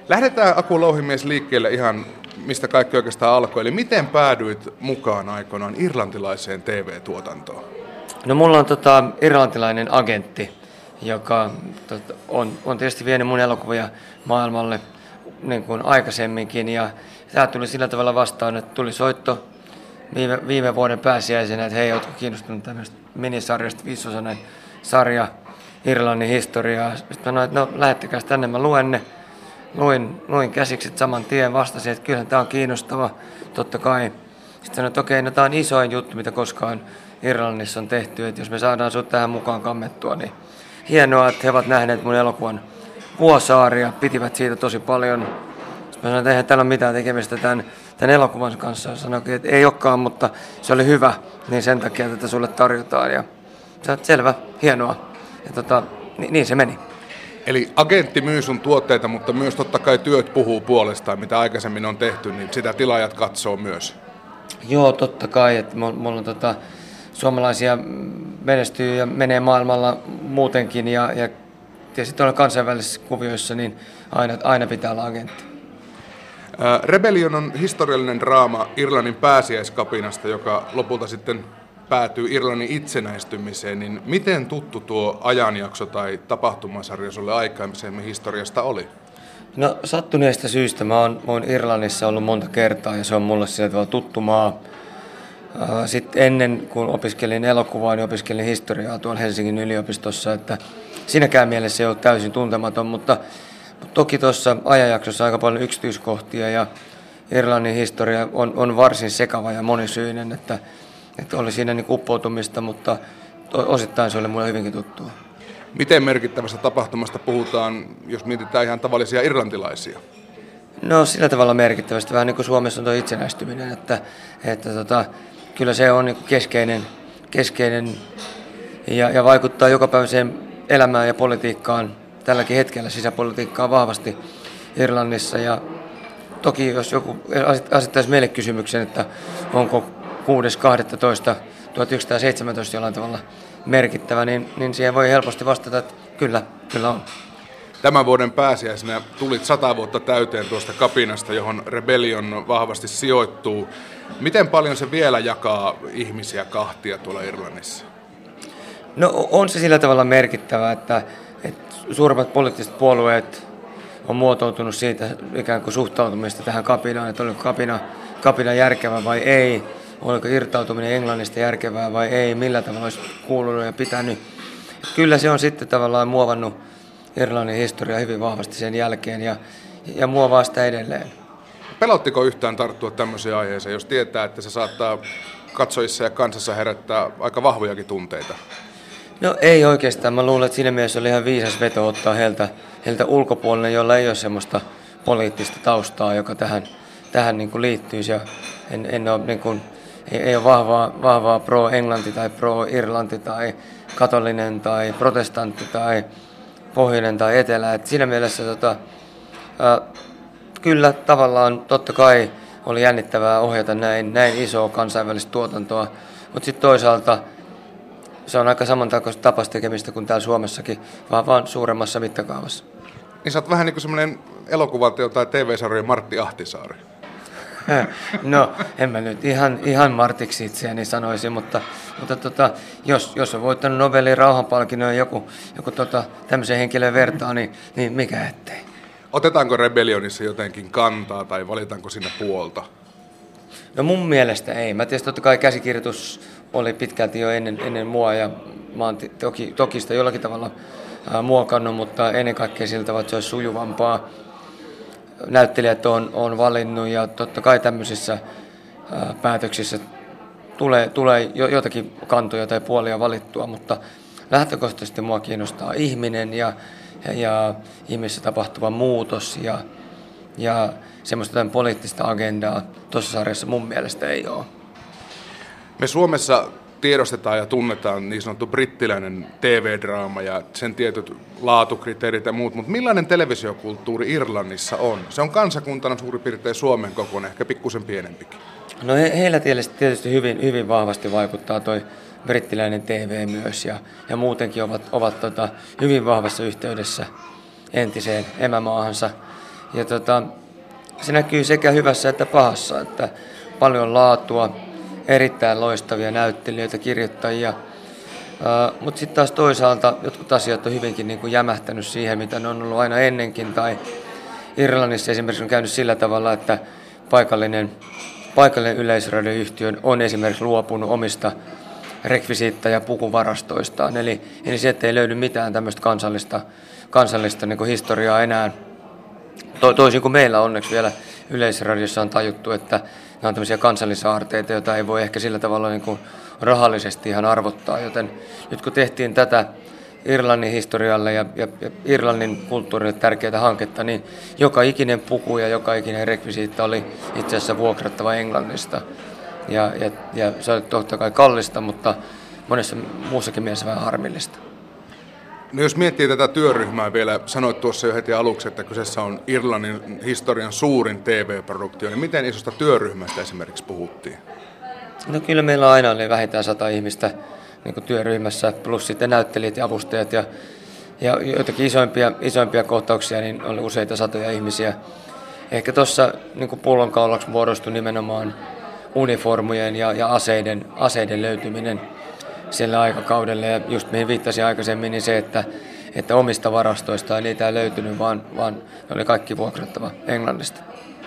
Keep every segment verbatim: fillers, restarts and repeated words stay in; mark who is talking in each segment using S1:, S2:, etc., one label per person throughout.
S1: Lähdetään Aku Louhimies liikkeelle ihan mistä kaikki oikeastaan alkoi. Eli miten päädyit mukaan aikoinaan irlantilaiseen T V-tuotantoon?
S2: No mulla on tota, irlantilainen agentti, joka tota, on, on tietysti vienyt mun elokuvia maailmalle niin kuin aikaisemminkin. Ja tämä tuli sillä tavalla vastaan, että tuli soitto viime, viime vuoden pääsiäisenä, että hei, ootko kiinnostunut tämmöistä minisarjasta, viisosainen sarja Irlannin historiaa. Sitten sanoin, että no lähettäkääs tänne, mä luen ne. Luin, luin käsiksi saman tien, vastasin, että kyllähän tämä on kiinnostava, totta kai. Sitten sanoin, että okei, no tämä on isoin juttu, mitä koskaan Irlannissa on tehty, että jos me saadaan sut tähän mukaan kammettua, niin hienoa, että he ovat nähneet mun elokuvan Vuosaari ja pitivät siitä tosi paljon. Sitten mä sanoin, että eihän täällä ole mitään tekemistä tämän, tämän elokuvan kanssa. Sanoin, että ei olekaan, mutta se oli hyvä, niin sen takia tätä sulle tarjotaan. Ja sanoin, että selvä, hienoa. Ja tota, niin, niin se meni.
S1: Eli agentti myy sun tuotteita, mutta myös totta kai työt puhuu puolestaan, mitä aikaisemmin on tehty, niin sitä tilaajat katsoo myös.
S2: Joo, totta kai. Että mulla on tota, suomalaisia menestyy ja menee maailmalla muutenkin ja, ja tietysti tuolla kansainvälisissä kuvioissa niin aina, aina pitää olla agentti.
S1: Ää, Rebellion on historiallinen draama Irlannin pääsiäiskapinasta, joka lopulta sitten päätyy Irlannin itsenäistymiseen, niin miten tuttu tuo ajanjakso tai tapahtumasarja sulle aikaisemmin historiasta oli?
S2: No sattuneesta syystä mä oon, mä oon Irlannissa ollut monta kertaa ja se on mulle sillä tavalla tuttu maa. Sitten ennen kuin opiskelin elokuvaa, niin opiskelin historiaa tuolla Helsingin yliopistossa, että siinäkään mielessä ei ole täysin tuntematon, mutta, mutta toki tuossa ajanjaksossa aika paljon yksityiskohtia ja Irlannin historia on, on varsin sekava ja monisyinen, että Että oli siinä niin uppoutumista, mutta osittain se oli mulle hyvinkin tuttua.
S1: Miten merkittävästä tapahtumasta puhutaan, jos mietitään ihan tavallisia irlantilaisia?
S2: No sillä tavalla merkittävästi, vähän niin kuin Suomessa on tuo itsenäistyminen, että, että tota, kyllä se on niin keskeinen, keskeinen ja, ja vaikuttaa jokapäiväiseen elämään ja politiikkaan, tälläkin hetkellä sisäpolitiikkaan vahvasti Irlannissa. Ja toki jos joku asettaisi meille kysymyksen, että onko kuudes kahdestoista tuhatyhdeksänsataaseitsemäntoista jollain tavalla merkittävä, niin, niin siihen voi helposti vastata, että kyllä, kyllä on.
S1: Tämän vuoden pääsiäisenä tulit sata vuotta täyteen tuosta kapinasta, johon Rebellion vahvasti sijoittuu. Miten paljon se vielä jakaa ihmisiä kahtia tuolla Irlannissa?
S2: No on se sillä tavalla merkittävä, että, että suurimmat poliittiset puolueet on muotoutunut siitä ikään kuin suhtautumista tähän kapinaan, että oliko kapina, kapina järkevä vai ei. Oliko irtautuminen Englannista järkevää vai ei, millä tavalla olisi kuulunut ja pitänyt. Kyllä se on sitten tavallaan muovannut Irlannin historiaa hyvin vahvasti sen jälkeen ja, ja muovaa sitä edelleen.
S1: Pelottiko yhtään tarttua tämmöiseen aiheeseen, jos tietää, että se saattaa katsojissa ja kansassa herättää aika vahvojakin tunteita?
S2: No ei oikeastaan. Mä luulen, että siinä mielessä oli ihan viisas veto ottaa heiltä, heiltä ulkopuolinen, jolla ei ole semmoista poliittista taustaa, joka tähän, tähän niin kuin liittyisi. Ja en, en ole niin kuin Ei, ei ole vahvaa, vahvaa pro-Englanti tai pro-Irlanti tai katolinen tai protestantti tai pohjoinen tai etelä. Et siinä mielessä tota, ä, kyllä tavallaan totta kai oli jännittävää ohjata näin, näin isoa kansainvälistä tuotantoa, mutta sitten toisaalta se on aika samantapaista tapasta tekemistä kuin täällä Suomessakin, vaan vaan suuremmassa mittakaavassa.
S1: Niin sä oot vähän niin kuin semmoinen elokuvateo tai T V-sarjojen Martti Ahtisaari.
S2: No, en mä nyt ihan, ihan Martiksi itseäni sanoisi, mutta, mutta tota, jos, jos on voittanut Nobelin rauhanpalkinnon ja joku, joku tota, tämmöisen henkilön vertaa, niin, niin mikä ettei.
S1: Otetaanko Rebellionissa jotenkin kantaa tai valitaanko sinne puolta?
S2: No mun mielestä ei. Mä tietysti totta kai käsikirjoitus oli pitkälti jo ennen, ennen mua ja mä oon toki, toki sitä jollakin tavalla ää, muokannut, mutta ennen kaikkea siltä tavalla, että se olisi sujuvampaa. Näyttelijät on, on valinnut ja totta kai tämmöisissä ää, päätöksissä tulee, tulee jotakin kantoja tai puolia valittua, mutta lähtökohtaisesti mua kiinnostaa ihminen ja, ja, ja ihmisessä tapahtuva muutos ja, ja semmoista poliittista agendaa tuossa sarjassa mun mielestä ei ole.
S1: Me Suomessa tiedostetaan ja tunnetaan niin sanottu brittiläinen T V-draama ja sen tietyt laatukriteerit ja muut, mutta millainen televisiokulttuuri Irlannissa on? Se on kansakuntana suurin piirtein Suomen kokoinen, ehkä pikkusen pienempikin.
S2: No he, heillä tietysti hyvin, hyvin vahvasti vaikuttaa toi brittiläinen T V myös ja, ja muutenkin ovat, ovat tota, hyvin vahvassa yhteydessä entiseen emämaahansa. ja tota, se näkyy sekä hyvässä että pahassa, että paljon laatua, erittäin loistavia näyttelijöitä, kirjoittajia, uh, mutta sitten taas toisaalta jotkut asiat on hyvinkin niin kuin jämähtänyt siihen, mitä ne on ollut aina ennenkin, tai Irlannissa esimerkiksi on käynyt sillä tavalla, että paikallinen, paikallinen yleisradioyhtiö on esimerkiksi luopunut omista rekvisiitta- ja pukuvarastoistaan. Eli, eli sieltä ei löydy mitään tämmöistä kansallista, kansallista niin kuin historiaa enää. To, toisin kuin meillä onneksi vielä Yleisradiossa on tajuttu, että nämä on tämmöisiä kansallisaarteita, joita ei voi ehkä sillä tavalla niin kuin rahallisesti ihan arvottaa. Joten nyt kun tehtiin tätä Irlannin historialle ja, ja, ja Irlannin kulttuurille tärkeää hanketta, niin joka ikinen puku ja joka ikinen rekvisiitta oli itse asiassa vuokrattava Englannista. Ja, ja, ja se oli totta kai kallista, mutta monessa muussakin mielessä vähän harmillista.
S1: No jos miettii tätä työryhmää vielä, sanoit tuossa jo heti aluksi, että kyseessä on Irlannin historian suurin T V-produktio, niin miten isosta työryhmästä esimerkiksi puhuttiin?
S2: No kyllä meillä aina oli vähintään sata ihmistä niin kuin työryhmässä, plus sitten näyttelijät ja avustajat ja, ja joitakin isoimpia, isoimpia kohtauksia, niin oli useita satoja ihmisiä. Ehkä tuossa niin kuin pullonkaulaksi muodostui nimenomaan uniformujen ja, ja aseiden, aseiden löytyminen sillä aikakaudella. Ja just mihin viittasin aikaisemmin, niin se, että, että omista varastoista niitä ei löytynyt, vaan, vaan ne oli kaikki vuokrattava Englannista.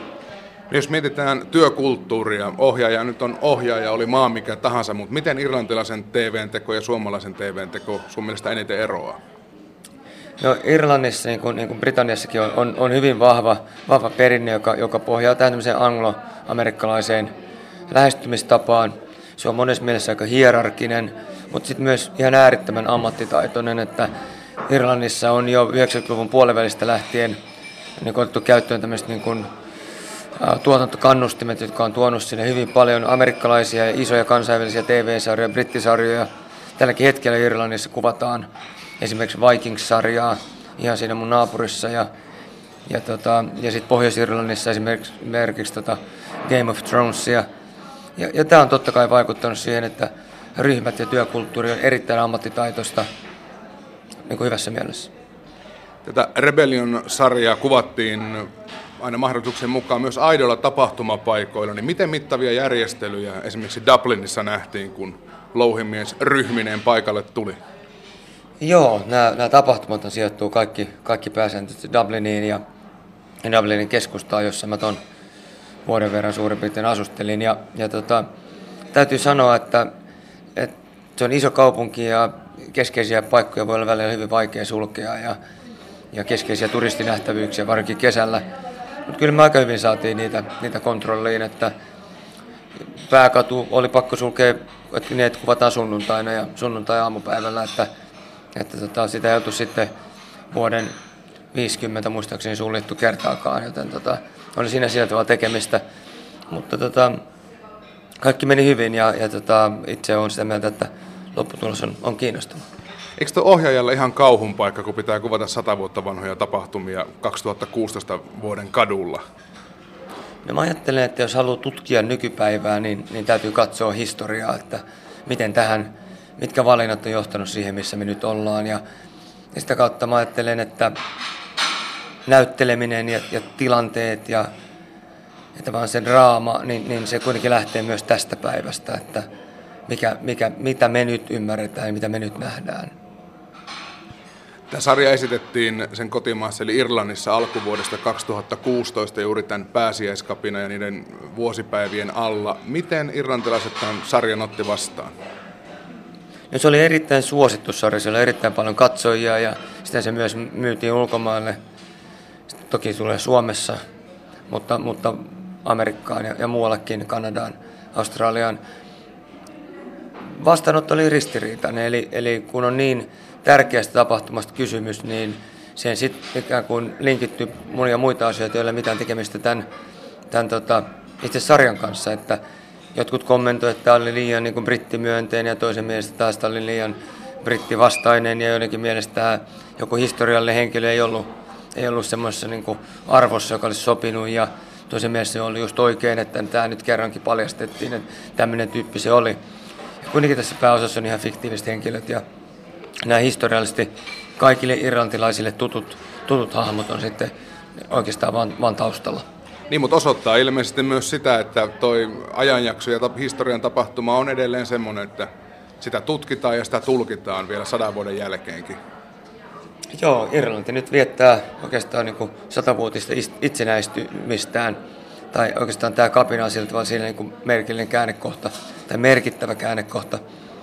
S1: Jos mietitään työkulttuuria, ohjaaja nyt on ohjaaja, oli maa mikä tahansa, mutta miten irlantilaisen T V-teko ja suomalaisen T V-teko sun mielestä eniten eroaa?
S2: No Irlannissa, niin kuin, niin kuin Britanniassakin, on, on, on hyvin vahva, vahva perinne, joka, joka pohjaa tähän tämmöiseen anglo-amerikkalaiseen lähestymistapaan. Se on monessa mielessä aika hierarkinen, mutta sitten myös ihan äärettömän ammattitaitoinen, että Irlannissa on jo yhdeksänkymmentäluvun puolivälistä lähtien niin otettu käyttöön tämmöiset niin kuin tuotantokannustimet, jotka on tuonut sinne hyvin paljon amerikkalaisia ja isoja kansainvälisiä T V-sarjoja, brittisarjoja. Tälläkin hetkellä Irlannissa kuvataan esimerkiksi Vikings-sarjaa ihan siinä mun naapurissa ja, ja, tota, ja sitten Pohjois-Irlannissa esimerkiksi, esimerkiksi tota Game of Thronesia. Ja, ja tämä on totta kai vaikuttanut siihen, että ryhmät ja työkulttuuri on erittäin ammattitaitoista niin kuin hyvässä mielessä.
S1: Tätä Rebellion-sarjaa kuvattiin aina mahdollisuuksien mukaan myös aidoilla tapahtumapaikoilla, niin miten mittavia järjestelyjä esimerkiksi Dublinissa nähtiin, kun louhimies ryhmineen paikalle tuli?
S2: Joo, nämä, nämä tapahtumat on sijoittuu kaikki, kaikki pääsääntöisesti Dubliniin ja Dublinin keskustaan, jossa mä ton vuoden verran suurin piirtein asustelin. Ja, ja tota, täytyy sanoa, että, että se on iso kaupunki ja keskeisiä paikkoja voi olla välillä hyvin vaikea sulkea ja, ja keskeisiä turistinähtävyyksiä, varsinkin kesällä. Mutta kyllä me aika hyvin saatiin niitä, niitä kontrolliin, että pääkatu oli pakko sulkea, että ne kuvataan sunnuntaina ja sunnuntai-aamupäivällä, että, että tota, sitä ei oltu sitten vuoden viisikymmentä muistaakseni suljettu kertaakaan, joten tota, oli siinä sillä tavalla tekemistä. Mutta tota, kaikki meni hyvin ja, ja tota, itse olen sitä mieltä, että lopputulos on, on kiinnostava.
S1: Eikö tuo ohjaajalle ihan kauhun paikka, kun pitää kuvata sata vuotta vanhoja tapahtumia kaksituhattakuusitoista vuoden kadulla?
S2: No mä ajattelen, että jos haluaa tutkia nykypäivää, niin, niin täytyy katsoa historiaa, että miten tähän, mitkä valinnat on johtanut siihen, missä me nyt ollaan. Ja, ja sitä kautta mä ajattelen, että näytteleminen ja, ja tilanteet ja että vaan se draama, niin, niin se kuitenkin lähtee myös tästä päivästä, että mikä, mikä, mitä me nyt ymmärretään ja mitä me nyt nähdään.
S1: Tämä sarja esitettiin sen kotimaassa eli Irlannissa alkuvuodesta kaksituhattakuusitoista juuri tämän pääsiäiskapina ja niiden vuosipäivien alla. Miten irlantilaiset tämän sarjan otti vastaan?
S2: No, se oli erittäin suosittu sarja, se oli erittäin paljon katsojia ja sitä se myös myytiin ulkomaille. Sitten toki tulee Suomessa, mutta, mutta Amerikkaan ja, ja muuallekin, Kanadaan, Australiaan. Vastaanotto oli ristiriitainen, eli, eli kun on niin tärkeästä tapahtumasta kysymys, niin siihen sitten ikään kuin linkitty monia muita asioita, joilla ei mitään tekemistä tämän, tämän tota, itse sarjan kanssa. Että jotkut kommentoivat, että tämä oli liian niin kuin brittimyönteinen ja toisen mielestä taas tämä oli liian brittivastainen ja joidenkin mielestä joku historiallinen henkilö ei ollut, ei ollut semmoisessa niin kuin arvossa, joka olisi sopinut ja toisen mielestä se oli just oikein, että tämä nyt kerrankin paljastettiin, että tämmöinen tyyppi se oli. Ja kuitenkin tässä pääosassa on ihan fiktiiviset henkilöt ja nämä historiallisesti kaikille irlantilaisille tutut, tutut hahmot on sitten oikeastaan vaan, vaan taustalla.
S1: Niin, mutta osoittaa ilmeisesti myös sitä, että toi ajanjakso ja historian tapahtuma on edelleen semmoinen, että sitä tutkitaan ja sitä tulkitaan vielä sadan vuoden jälkeenkin.
S2: Joo, Irlanti nyt viettää oikeastaan niin kuin satavuotista itsenäistymistään, tai oikeastaan tämä kapina on sillä tavalla siinä niin kuin merkillinen käännekohta, tai merkittävä käännekohta.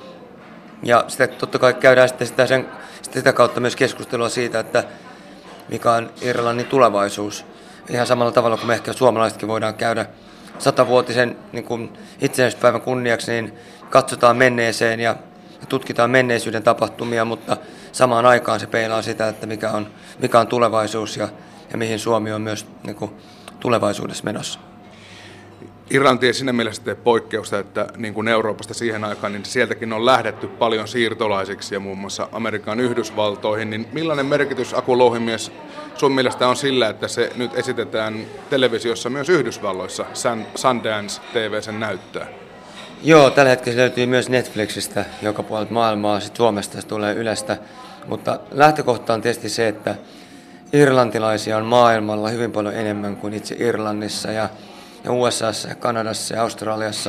S2: Ja sitä totta kai käydään sitten sitä, sen, sitä kautta myös keskustelua siitä, että mikä on Irlannin tulevaisuus. Ihan samalla tavalla kuin me ehkä suomalaisetkin voidaan käydä satavuotisen niin kuin itsenäisyyspäivän kunniaksi, niin katsotaan menneeseen ja tutkitaan menneisyyden tapahtumia, mutta samaan aikaan se peilaa sitä, että mikä on, mikä on tulevaisuus ja, ja mihin Suomi on myös niin kuin tulevaisuudessa menossa.
S1: Irlanti ei siinä mielessä tee poikkeusta, että niin kuin Euroopasta siihen aikaan, niin sieltäkin on lähdetty paljon siirtolaisiksi ja muun muassa Amerikan Yhdysvaltoihin. Niin millainen merkitys, Aku Louhimies, sun mielestä on sillä, että se nyt esitetään televisiossa myös Yhdysvalloissa, Sundance T V sen näyttää?
S2: Joo, tällä hetkellä se löytyy myös Netflixistä joka puolelta maailmaa, sitten Suomesta se tulee Ylestä, mutta lähtökohta on tietysti se, että irlantilaisia on maailmalla hyvin paljon enemmän kuin itse Irlannissa ja, ja U S A:ssa ja Kanadassa ja Australiassa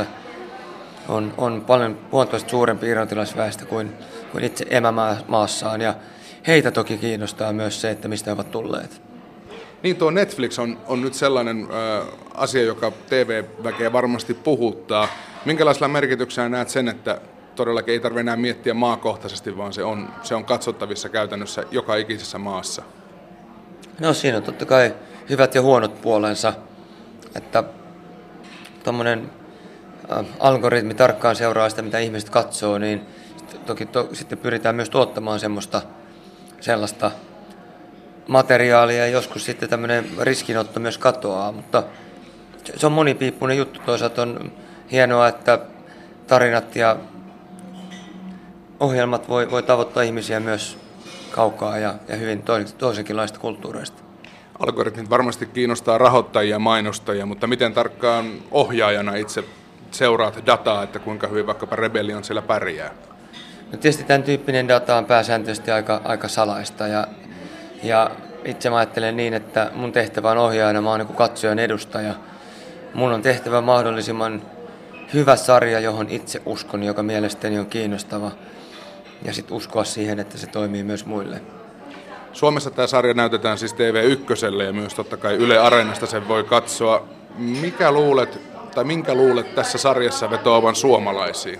S2: on, on paljon huomattavasti suurempi irlantilaisväestö kuin, kuin itse emämaassaan ja heitä toki kiinnostaa myös se, että mistä he ovat tulleet.
S1: Niin, tuo Netflix on, on nyt sellainen ö, asia, joka T V-väkeä varmasti puhuttaa. Minkälaisella merkityksellä näet sen, että todellakin ei tarvitse enää miettiä maakohtaisesti, vaan se on, se on katsottavissa käytännössä joka ikisessä maassa?
S2: No siinä on totta kai hyvät ja huonot puolensa, että tuommoinen äh, algoritmi tarkkaan seuraa sitä, mitä ihmiset katsoo, niin toki to, sitten pyritään myös tuottamaan semmoista sellaista materiaalia ja joskus sitten tämmöinen riskinotto myös katoaa, mutta se on monipiippunen juttu. Toisaalta on hienoa, että tarinat ja ohjelmat voi, voi tavoittaa ihmisiä myös kaukaa ja, ja hyvin toisenkinlaista kulttuureista.
S1: Algoritmit varmasti kiinnostaa rahoittajia ja mainostajia, mutta miten tarkkaan ohjaajana itse seuraat dataa, että kuinka hyvin vaikkapa Rebellion siellä pärjää?
S2: No tietysti tämän tyyppinen data on pääsääntöisesti aika, aika salaista ja, ja itse mä ajattelen niin, että mun tehtävä on ohjaajana, mä oon niin kuin katsojan edustaja. Mun on tehtävä mahdollisimman hyvä sarja, johon itse uskon, joka mielestäni on kiinnostava ja sitten uskoa siihen, että se toimii myös muille.
S1: Suomessa tämä sarja näytetään siis T V ykköselle ja myös totta kai Yle Areenasta sen voi katsoa. Mikä luulet, tai minkä luulet tässä sarjassa vetoavan suomalaisiin?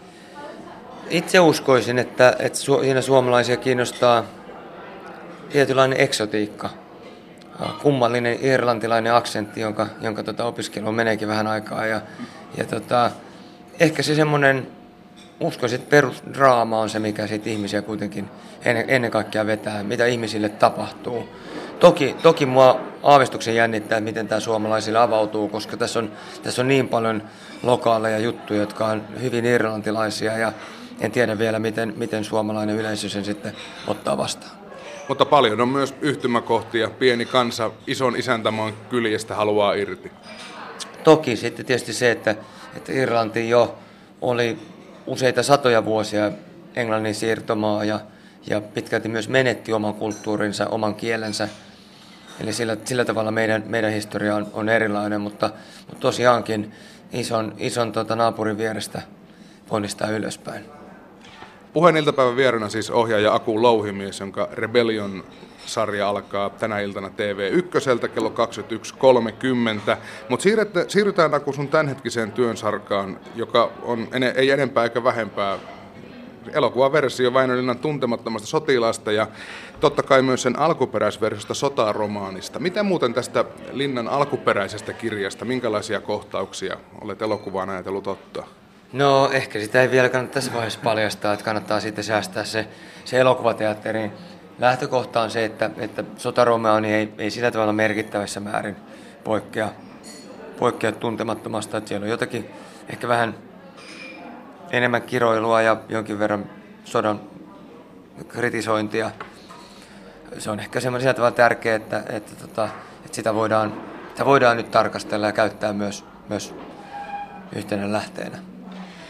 S2: Itse uskoisin, että, että siinä suomalaisia kiinnostaa tietynlainen eksotiikka. Kummallinen irlantilainen aksentti, jonka, jonka tota opiskeluun meneekin vähän aikaa. Ja, ja tota, ehkä se semmoinen, uskoisin, että perusdraama on se, mikä sit ihmisiä kuitenkin ennen, ennen kaikkea vetää, mitä ihmisille tapahtuu. Toki, toki mua aavistuksen jännittää, että miten tämä suomalaisille avautuu, koska tässä on, tässä on niin paljon lokaaleja juttuja, jotka on hyvin irlantilaisia ja en tiedä vielä, miten, miten suomalainen yleisö sen sitten ottaa vastaan.
S1: Mutta paljon on myös yhtymäkohtia. Pieni kansa ison isäntämaan kyljestä haluaa irti.
S2: Toki sitten tietysti se, että, että Irlanti jo oli useita satoja vuosia Englannin siirtomaa ja, ja pitkälti myös menetti oman kulttuurinsa, oman kielensä. Eli sillä, sillä tavalla meidän, meidän historia on, on erilainen, mutta, mutta tosiaankin ison, ison tota, naapurin vierestä ponnistaa ylöspäin.
S1: Puheen iltapäivän vierana siis ohjaaja Aku Louhimies, jonka Rebellion-sarja alkaa tänä iltana T V ykköseltä kello kaksikymmentäyksi kolmekymmentä. Mutta siirrytään Aku sun tämänhetkiseen työnsarkaan, joka on ene, ei enempää eikä vähempää elokuvaversio Väinö-Linnan Tuntemattomasta sotilaasta ja totta kai myös sen alkuperäisversiosta sotaromaanista. Miten muuten tästä Linnan alkuperäisestä kirjasta, minkälaisia kohtauksia olet elokuvaan ajatellut ottaa?
S2: No ehkä sitä ei vielä kannata tässä vaiheessa paljastaa, että kannattaa sitten säästää se, se elokuvateatteriin. Lähtökohta on se, että, että sotaromaani ei, ei sillä tavalla merkittävässä määrin poikkea, poikkea Tuntemattomasta. Että siellä on jotakin ehkä vähän enemmän kiroilua ja jonkin verran sodan kritisointia. Se on ehkä semmoinen sillä tavalla tärkeä, että, että, että, että sitä, voidaan, sitä voidaan nyt tarkastella ja käyttää myös, myös yhtenä lähteenä.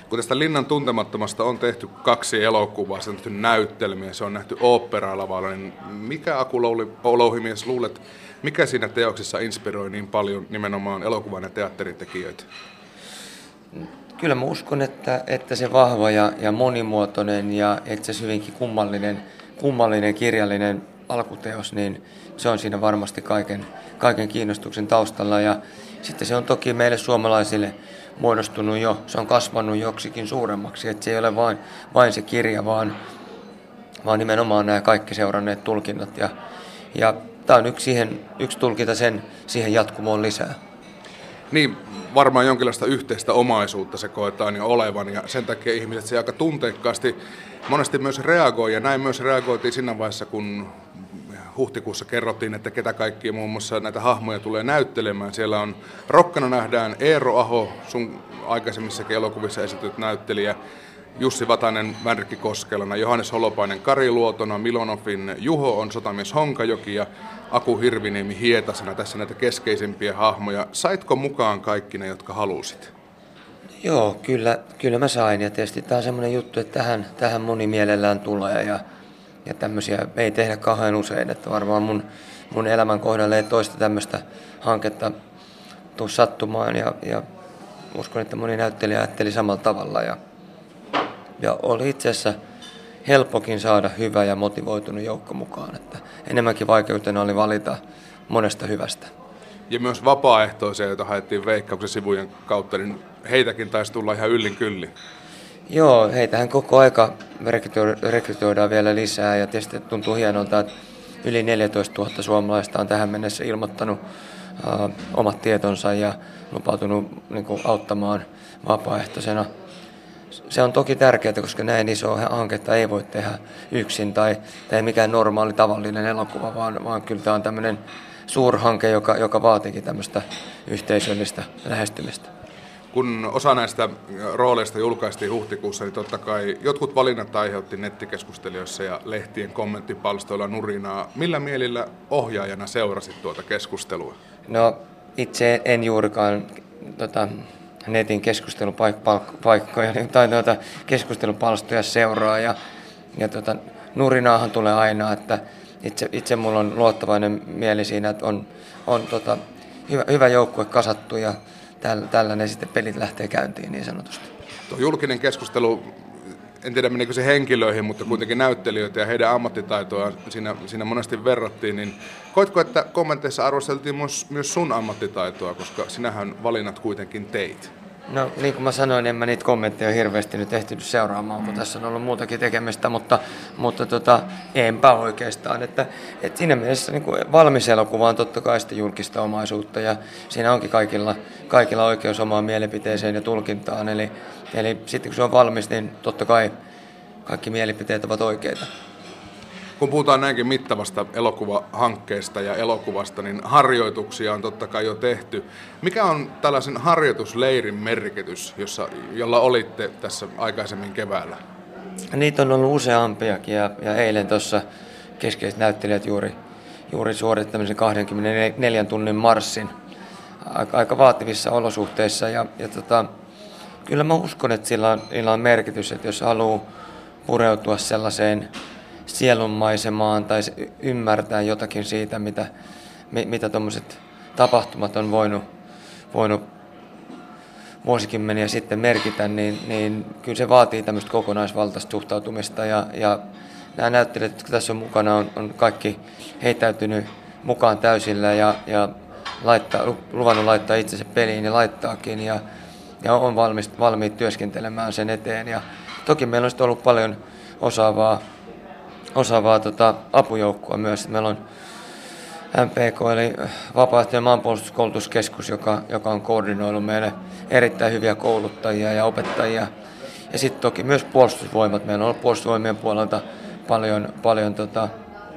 S1: Kun tästä Linnan tuntemattomasta on tehty kaksi elokuvaa, se on tehty näyttelmiä, se on nähty ooppera-lavalla, niin mikä Aku Louhimies luulet, mikä siinä teoksessa inspiroi niin paljon nimenomaan elokuvan ja teatterin tekijöitä?
S2: Kyllä mä uskon, että, että se vahva ja, ja monimuotoinen ja itse asiassa hyvinkin kummallinen, kummallinen kirjallinen alkuteos, niin se on siinä varmasti kaiken, kaiken kiinnostuksen taustalla. Ja sitten se on toki meille suomalaisille muodostunut jo, se on kasvanut joksikin suuremmaksi, että se ei ole vain, vain se kirja, vaan, vaan nimenomaan nämä kaikki seuranneet tulkinnat. Ja, ja tämä on yksi, siihen, yksi tulkinta sen siihen jatkumoon lisää.
S1: Niin, varmaan jonkinlaista yhteistä omaisuutta se koetaan jo olevan, ja sen takia ihmiset se aika tunteikkaasti monesti myös reagoi, ja näin myös reagoitiin siinä vaiheessa, kun huhtikuussa kerrottiin, että ketä kaikkia muun muassa näitä hahmoja tulee näyttelemään. Siellä on rokkana nähdään Eero Aho, sun aikaisemmissakin elokuvissa esityt näyttelijä, Jussi Vatanen Vänrikki Koskelana, Johannes Holopainen Kari Luotona, Milonovin Juho on sotamies Honkajoki ja Aku Hirviniemi Hietasena. Tässä näitä keskeisimpiä hahmoja. Saitko mukaan kaikki ne, jotka halusit?
S2: Joo, kyllä, kyllä mä sain. Ja tietysti tämä on semmoinen juttu, että tähän, tähän moni mielellään tulee. Ja, ja tämmöisiä ei tehdä kauhean usein. Että varmaan mun, mun elämän kohdalla ei toista tämmöistä hanketta tule sattumaan. Ja, ja uskon, että moni näyttelijä ajatteli samalla tavalla. Ja, ja oli itse asiassa helppokin saada hyvä ja motivoitunut joukko mukaan. Että enemmänkin vaikeutena oli valita monesta hyvästä.
S1: Ja myös vapaaehtoisia, joita haettiin Veikkauksen sivujen kautta, niin heitäkin taisi tulla ihan yllin kyllin.
S2: Joo, heitähän koko aika rekrytoidaan vielä lisää ja tietysti tuntuu hienolta, että yli neljätoistatuhatta suomalaista on tähän mennessä ilmoittanut uh, omat tietonsa ja lupautunut niin kuin, auttamaan vapaaehtoisena. Se on toki tärkeää, koska näin iso hanketta ei voi tehdä yksin tai, tai mikään normaali tavallinen elokuva, vaan, vaan kyllä tämä on tämmöinen suurhanke, joka, joka vaatiikin tämmöistä yhteisöllistä lähestymistä.
S1: Kun osa näistä rooleista julkaistiin huhtikuussa, niin totta kai jotkut valinnat aiheutti nettikeskustelijoissa ja lehtien kommenttipalstoilla nurinaa. Millä mielillä ohjaajana seurasit tuota keskustelua?
S2: No itse en juurikaan tota, netin keskustelupaikkoja tai tuota, keskustelupalstoja seuraa ja, ja tota, nurinaahan tulee aina, että itse, itse mulla on luottavainen mieli siinä, että on, on tota, hyvä, hyvä joukkue kasattu ja tällä, tällainen sitten pelit lähtee käyntiin niin sanotusti.
S1: Tuo julkinen keskustelu, en tiedä menikö se henkilöihin, mutta kuitenkin näyttelijöitä ja heidän ammattitaitoa siinä, siinä monesti verrattiin, niin koitko, että kommenteissa arvosteltiin myös, myös sun ammattitaitoa, koska sinähän valinnat kuitenkin teit?
S2: No niin kuin mä sanoin, en mä niitä kommentteja hirveästi nyt ehtinyt seuraamaan, kun tässä on ollut muutakin tekemistä, mutta, mutta tota, enpä oikeastaan. Että, että siinä mielessä niin kuin valmis elokuva on totta kai sitä julkista omaisuutta ja siinä onkin kaikilla, kaikilla oikeus omaan mielipiteeseen ja tulkintaan. Eli, eli sitten kun se on valmis, niin totta kai kaikki mielipiteet ovat oikeita.
S1: Kun puhutaan näinkin mittavasta elokuvahankkeesta ja elokuvasta, niin harjoituksia on totta kai jo tehty. Mikä on tällaisen harjoitusleirin merkitys, jossa, jolla olitte tässä aikaisemmin keväällä?
S2: Niitä on ollut useampiakin ja, ja eilen tuossa keskeiset näyttelijät juuri, juuri suoritti tämmöisen kaksikymmentäneljän tunnin marssin aika, aika vaativissa olosuhteissa. Ja, ja tota, kyllä mä uskon, että sillä on, sillä on merkitys, että jos haluaa pureutua sellaiseen sielunmaisemaan tai ymmärtää jotakin siitä, mitä, mitä tuommoiset tapahtumat on voinut, voinut vuosikymmeniä sitten merkitä, niin, niin kyllä se vaatii tämmöistä kokonaisvaltaista suhtautumista. Ja, ja nämä näyttelijät, jotka tässä on mukana, on, on kaikki heittäytynyt mukaan täysillä ja, ja laittaa, luvannut laittaa itsensä peliin ja laittaakin ja, ja on valmis, valmiit työskentelemään sen eteen. Ja toki meillä on ollut paljon osaavaa osaavaa tota, apujoukkoa myös. Meillä on M P K eli Vapaaehtoinen maanpuolustuskoulutuskeskus, joka, joka on koordinoinut meille erittäin hyviä kouluttajia ja opettajia. Ja sitten toki myös puolustusvoimat. Meillä on ollut puolustusvoimien puolelta paljon, paljon, tota,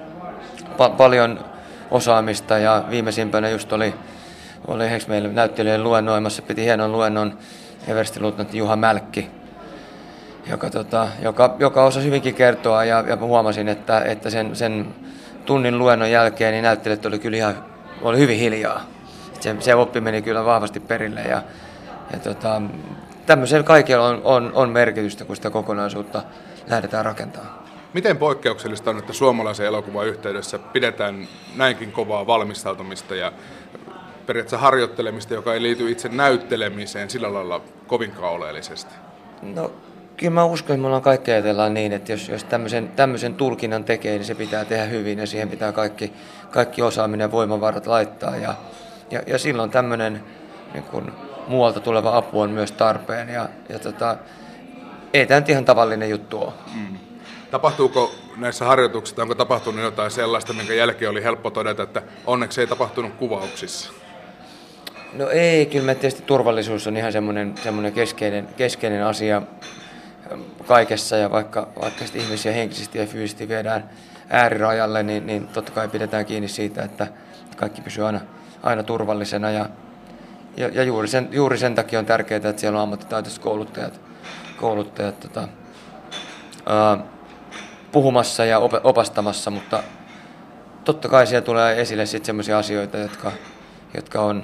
S2: pa- paljon osaamista ja viimeisimpänä just oli, oli meille näyttelijöiden luennoimassa, piti hienon luennon everstiluutnantti Juha Mälkki, Joka, tota, joka, joka osasi hyvinkin kertoa ja, ja huomasin, että, että sen, sen tunnin luennon jälkeen niin näyttelijät oli kyllä ihan oli hyvin hiljaa. Se, se oppi meni kyllä vahvasti perille ja, ja tota, tämmöisellä kaikilla on, on, on merkitystä, kun sitä kokonaisuutta lähdetään rakentamaan.
S1: Miten poikkeuksellista on, että suomalaisen elokuvan yhteydessä pidetään näinkin kovaa valmistautumista ja periaatteessa harjoittelemista, joka ei liity itse näyttelemiseen sillä lailla kovinkaan oleellisesti?
S2: No kyllä mä uskon, että me ollaan kaikki ajatellaan niin, että jos, jos tämmöisen, tämmöisen tulkinnan tekee, niin se pitää tehdä hyvin ja siihen pitää kaikki, kaikki osaaminen ja voimavarat laittaa. Ja, ja, ja silloin tämmöinen niin kun muualta tuleva apu on myös tarpeen ja, ja tota, ei tämä nyt ihan tavallinen juttu ole. Mm.
S1: Tapahtuuko näissä harjoituksissa, onko tapahtunut jotain sellaista, minkä jälkeen oli helppo todeta, että onneksi ei tapahtunut kuvauksissa?
S2: No ei, kyllä mä tietysti turvallisuus on ihan semmoinen, semmoinen keskeinen, keskeinen asia kaikessa ja vaikka, vaikka ihmisiä henkisesti ja fyysisesti viedään äärirajalle, niin, niin totta kai pidetään kiinni siitä, että kaikki pysyy aina, aina turvallisena ja, ja, ja juuri, sen, juuri sen takia on tärkeää, että siellä on ammattitaitoiset kouluttajat, kouluttajat tota, ää, puhumassa ja op, opastamassa, mutta totta kai siellä tulee esille sitten sellaisia asioita, jotka, jotka on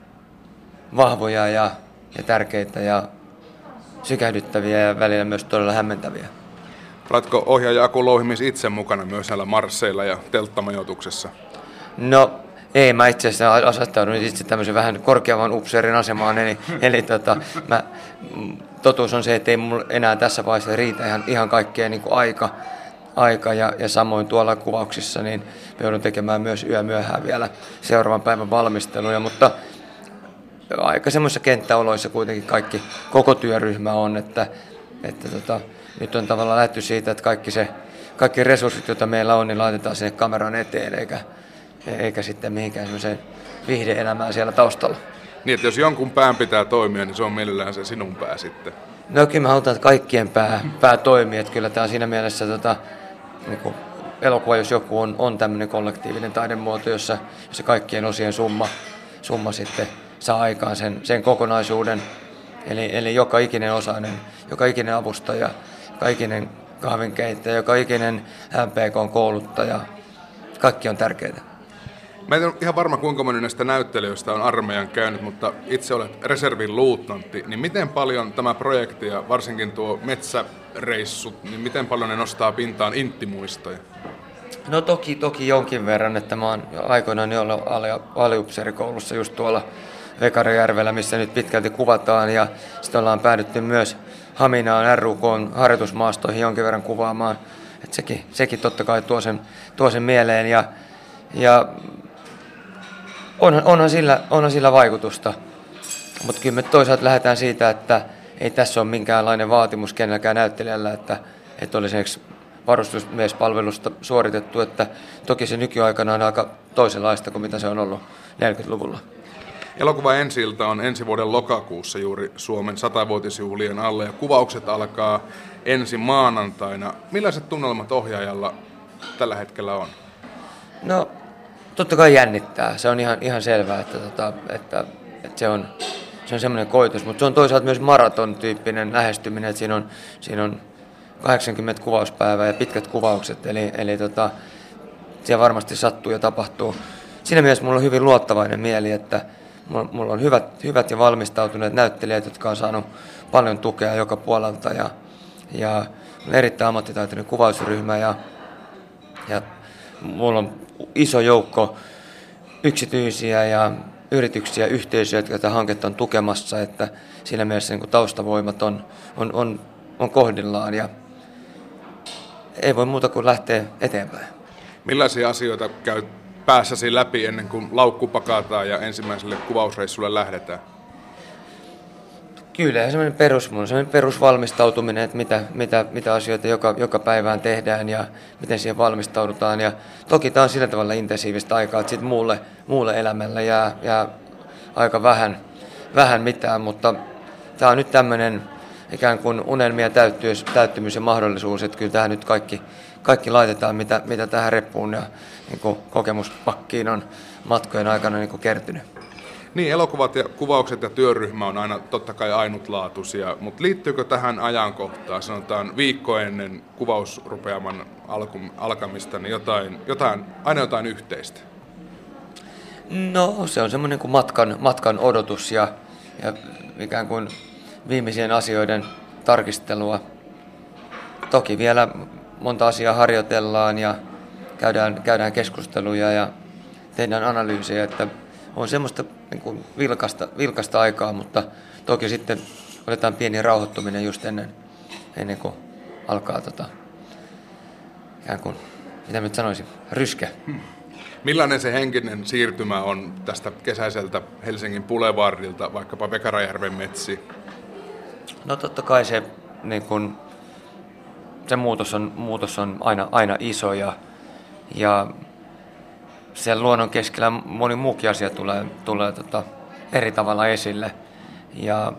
S2: vahvoja ja, ja tärkeitä ja sykähdyttäviä ja välillä myös todella hämmentäviä.
S1: Oletko ohjaaja Aku Louhimies itse mukana myös näillä marsseilla ja telttamajoituksessa?
S2: No ei, mä itse asiassa asettaudun itse tämmöisen vähän korkeavan upseerin asemaan, eli, eli tota, mä, totuus on se, että ei mulla enää tässä vaiheessa riitä ihan, ihan kaikkea niin kuin aika, aika ja, ja samoin tuolla kuvauksissa, niin me joudun tekemään myös yömyöhään vielä seuraavan päivän valmisteluja, mutta aika semmoisissa kenttäoloissa kuitenkin kaikki, koko työryhmä on, että, että tota, nyt on tavallaan lähty siitä, että kaikki, se, kaikki resurssit, joita meillä on, niin laitetaan sinne kameran eteen, eikä, eikä sitten mihinkään semmoiseen viihde-elämään siellä taustalla.
S1: Niin, että jos jonkun pään pitää toimia, niin se on mielellään se sinun pää sitten.
S2: No kyllä mä halutaan, että kaikkien pää, pää toimii, että kyllä tämä on siinä mielessä tota, niin kuin elokuva, jos joku on, on tämmöinen kollektiivinen taidemuoto, jossa, jossa kaikkien osien summa, summa sitten saa aikaan sen, sen kokonaisuuden, eli, eli joka ikinen osainen, joka ikinen avustaja, joka ikinen kahvinkeittäjä, joka ikinen M P K-kouluttaja, kaikki on tärkeää.
S1: Mä en ole ihan varma, kuinka moni näistä näyttelijöistä on armeijan käynyt, mutta itse olet reservin luutnantti, niin miten paljon tämä projekti ja varsinkin tuo metsäreissu, niin miten paljon ne nostaa pintaan inttimuistoja?
S2: No toki, toki jonkin verran, että mä oon aikoinaan ollut aliupseerikoulussa just tuolla Vekarijärvellä, missä nyt pitkälti kuvataan, ja sitten ollaan päädytty myös Haminaan R U K:n harjoitusmaastoihin jonkin verran kuvaamaan, että sekin, sekin totta kai tuo sen, tuo sen mieleen, ja, ja onhan, onhan, sillä, onhan sillä vaikutusta, mutta kyllä me toisaalta lähdetään siitä, että ei tässä ole minkäänlainen vaatimus kenelläkään näyttelijällä, että, että olisi esimerkiksi varustusmiespalvelusta suoritettu, että toki se nykyaikana on aika toisenlaista kuin mitä se on ollut neljäkymmentäluvulla.
S1: Elokuva Ensi-ilta on ensi vuoden lokakuussa juuri Suomen satavuotisjuhlien alle ja kuvaukset alkaa ensi maanantaina. Millaiset tunnelmat ohjaajalla tällä hetkellä on?
S2: No totta kai jännittää. Se on ihan, ihan selvää, että, tota, että, että se on, se on semmoinen koitus, mutta se on toisaalta myös maraton-tyyppinen lähestyminen, että siinä on, siinä on kahdeksankymmentä kuvauspäivää ja pitkät kuvaukset, eli, eli tota, siellä varmasti sattuu ja tapahtuu. Siinä mielessä mulla on hyvin luottavainen mieli, että mulla on hyvät, hyvät ja valmistautuneet näyttelijät, jotka on saanut paljon tukea joka puolelta ja, ja erittäin ammattitaitoinen kuvausryhmä ja, ja mulla on iso joukko yksityisiä ja yrityksiä, yhteisöjä, jotka tätä hanketta on tukemassa, että siinä mielessä niin taustavoimat on, on, on, on kohdillaan ja ei voi muuta kuin lähteä eteenpäin.
S1: Millaisia asioita käy päässäsi läpi ennen kuin laukku pakataan ja ensimmäiselle kuvausreissulle lähdetään?
S2: Kyllä, semmoinen perus, semmoinen perusvalmistautuminen, että mitä, mitä, mitä asioita joka, joka päivään tehdään ja miten siihen valmistaudutaan. Ja toki tämä on sillä tavalla intensiivistä aikaa, että sitten muulle, muulle elämälle jää, jää aika vähän, vähän mitään, mutta tämä on nyt tämmöinen ikään kuin unelmia täyttymys, täyttymys ja mahdollisuus, että kyllä tähän nyt kaikki, kaikki laitetaan, mitä, mitä tähän reppuun ja niin kuin kokemuspakkiin on matkojen aikana niin kuin kertynyt.
S1: Niin, elokuvat ja kuvaukset ja työryhmä on aina totta kai ainutlaatuisia, mutta liittyykö tähän ajankohtaan, sanotaan viikko ennen kuvausrupeaman alkamista, niin jotain, jotain, aina jotain yhteistä?
S2: No, se on semmoinen kuin matkan, matkan odotus ja, ja ikään kuin viimeisien asioiden tarkistelua. Toki vielä monta asiaa harjoitellaan ja käydään, käydään keskusteluja ja tehdään analyysiä, että on semmoista niin kuin vilkasta, vilkasta aikaa, mutta toki sitten otetaan pieni rauhoittuminen just ennen, ennen kuin alkaa tota, ikään kuin, mitä mä nyt sanoisin, ryske. Hmm.
S1: Millainen se henkinen siirtymä on tästä kesäiseltä Helsingin Boulevardilta vaikkapa Vekarajärven metsiin?
S2: No totta kai se, niin kun, se muutos on, muutos on aina, aina iso ja, ja siellä luonnon keskellä moni muukin asia tulee, tulee tota, eri tavalla esille. Ja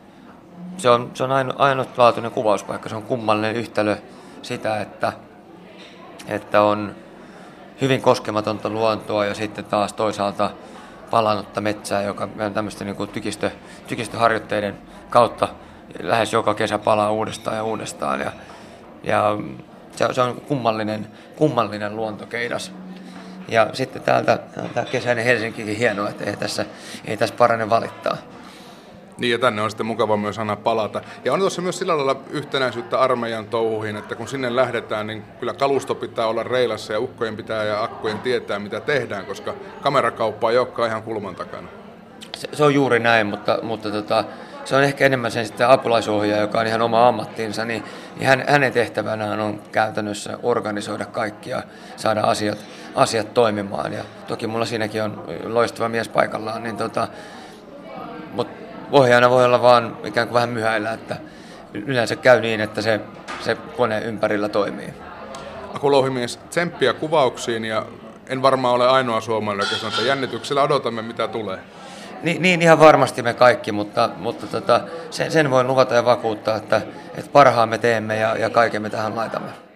S2: se on, se on aino, ainutlaatuinen kuvauspaikka, se on kummallinen yhtälö sitä, että, että on hyvin koskematonta luontoa ja sitten taas toisaalta palannutta metsää, joka tämmöisten niin kuin tykistö, tykistöharjoitteiden kautta lähes joka kesä palaa uudestaan ja uudestaan. Ja, ja se, se on kummallinen, kummallinen luontokeidas. Ja sitten täältä tämä kesäinen Helsinkikin hienoa, että ei tässä, ei tässä parane valittaa.
S1: Niin ja tänne on sitten mukava myös aina palata. Ja on tuossa myös sillä lailla yhtenäisyyttä armeijan touhuihin, että kun sinne lähdetään, niin kyllä kalusto pitää olla reilassa ja ukkojen pitää ja akkujen tietää mitä tehdään, koska kamerakauppa ei olekaan ihan kulman takana.
S2: Se, se on juuri näin, mutta, mutta tota, se on ehkä enemmän sen sitten apulaisohjaaja, joka on ihan oma ammattinsa, niin, niin hän, hänen tehtävänään on käytännössä organisoida kaikkia, saada asiat, asiat toimimaan. Ja toki mulla siinäkin on loistava mies paikallaan, niin tota, mutta ohjaajana voi olla vaan ikään kuin vähän myhäillä, että yleensä käy niin, että se, se kone ympärillä toimii.
S1: Aku Louhimies, tsemppiä kuvauksiin ja en varmaan ole ainoa suomalainen, joka sanoo, että jännityksellä odotamme mitä tulee.
S2: Niin, niin ihan varmasti me kaikki, mutta, mutta tota, sen, sen voin luvata ja vakuuttaa, että, että parhaamme teemme ja, ja kaiken me tähän laitamme.